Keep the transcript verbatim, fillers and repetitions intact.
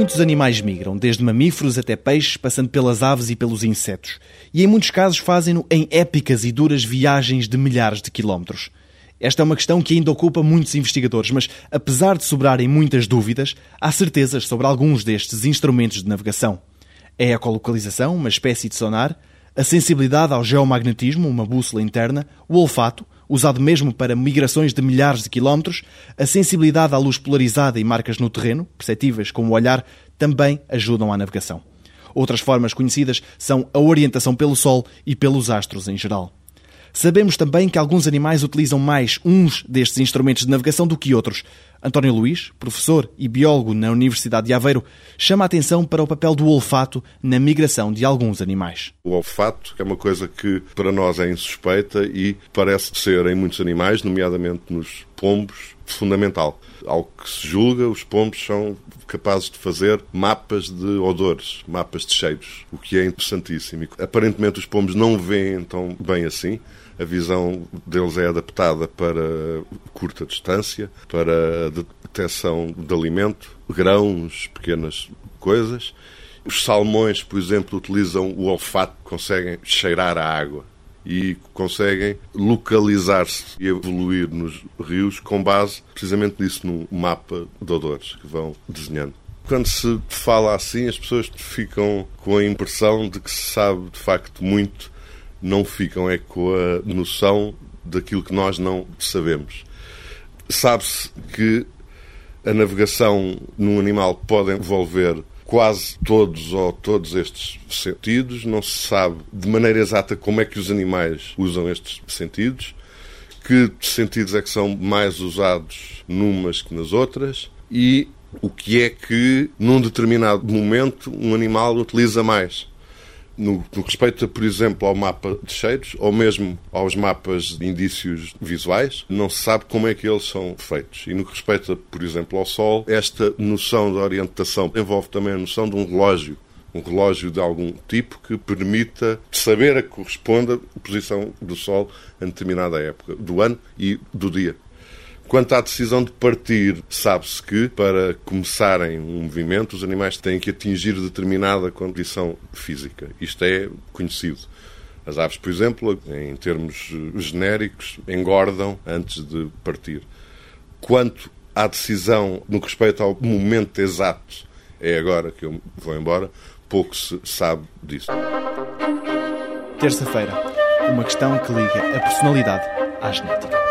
Muitos animais migram, desde mamíferos até peixes, passando pelas aves e pelos insetos. E em muitos casos fazem-no em épicas e duras viagens de milhares de quilómetros. Esta é uma questão que ainda ocupa muitos investigadores, mas apesar de sobrarem muitas dúvidas, há certezas sobre alguns destes instrumentos de navegação. A ecolocalização, uma espécie de sonar, a sensibilidade ao geomagnetismo, uma bússola interna, o olfato, usado mesmo para migrações de milhares de quilómetros, a sensibilidade à luz polarizada e marcas no terreno, perceptíveis com o olhar, também ajudam à navegação. Outras formas conhecidas são a orientação pelo Sol e pelos astros em geral. Sabemos também que alguns animais utilizam mais uns destes instrumentos de navegação do que outros. António Luís, professor e biólogo na Universidade de Aveiro, chama a atenção para o papel do olfato na migração de alguns animais. O olfato é uma coisa que para nós é insuspeita e parece ser em muitos animais, nomeadamente nos pombos, fundamental. Ao que se julga, os pombos são capazes de fazer mapas de odores, mapas de cheiros, o que é interessantíssimo. Aparentemente os pombos não veem tão bem assim. A visão deles é adaptada para curta distância, para a detecção de alimento, grãos, pequenas coisas. Os salmões, por exemplo, utilizam o olfato, conseguem cheirar a água e conseguem localizar-se e evoluir nos rios com base precisamente nisso, no mapa de odores que vão desenhando. Quando se fala assim, as pessoas ficam com a impressão de que se sabe de facto muito, não ficam é com a noção daquilo que nós não sabemos. Sabe-se que a navegação num animal pode envolver quase todos ou todos estes sentidos. Não se sabe de maneira exata como é que os animais usam estes sentidos, que sentidos é que são mais usados numas que nas outras e o que é que, num determinado momento, um animal utiliza mais. No, no respeito, por exemplo, ao mapa de cheiros ou mesmo aos mapas de indícios visuais, não se sabe como é que eles são feitos. E no que respeita, por exemplo, ao Sol, esta noção de orientação envolve também a noção de um relógio, um relógio de algum tipo que permita saber a que corresponde a posição do Sol em determinada época do ano e do dia. Quanto à decisão de partir, sabe-se que, para começarem um movimento, os animais têm que atingir determinada condição física. Isto é conhecido. As aves, por exemplo, em termos genéricos, engordam antes de partir. Quanto à decisão no que respeita ao momento exato, é agora que eu vou embora, pouco se sabe disso. Terça-feira, uma questão que liga a personalidade à genética.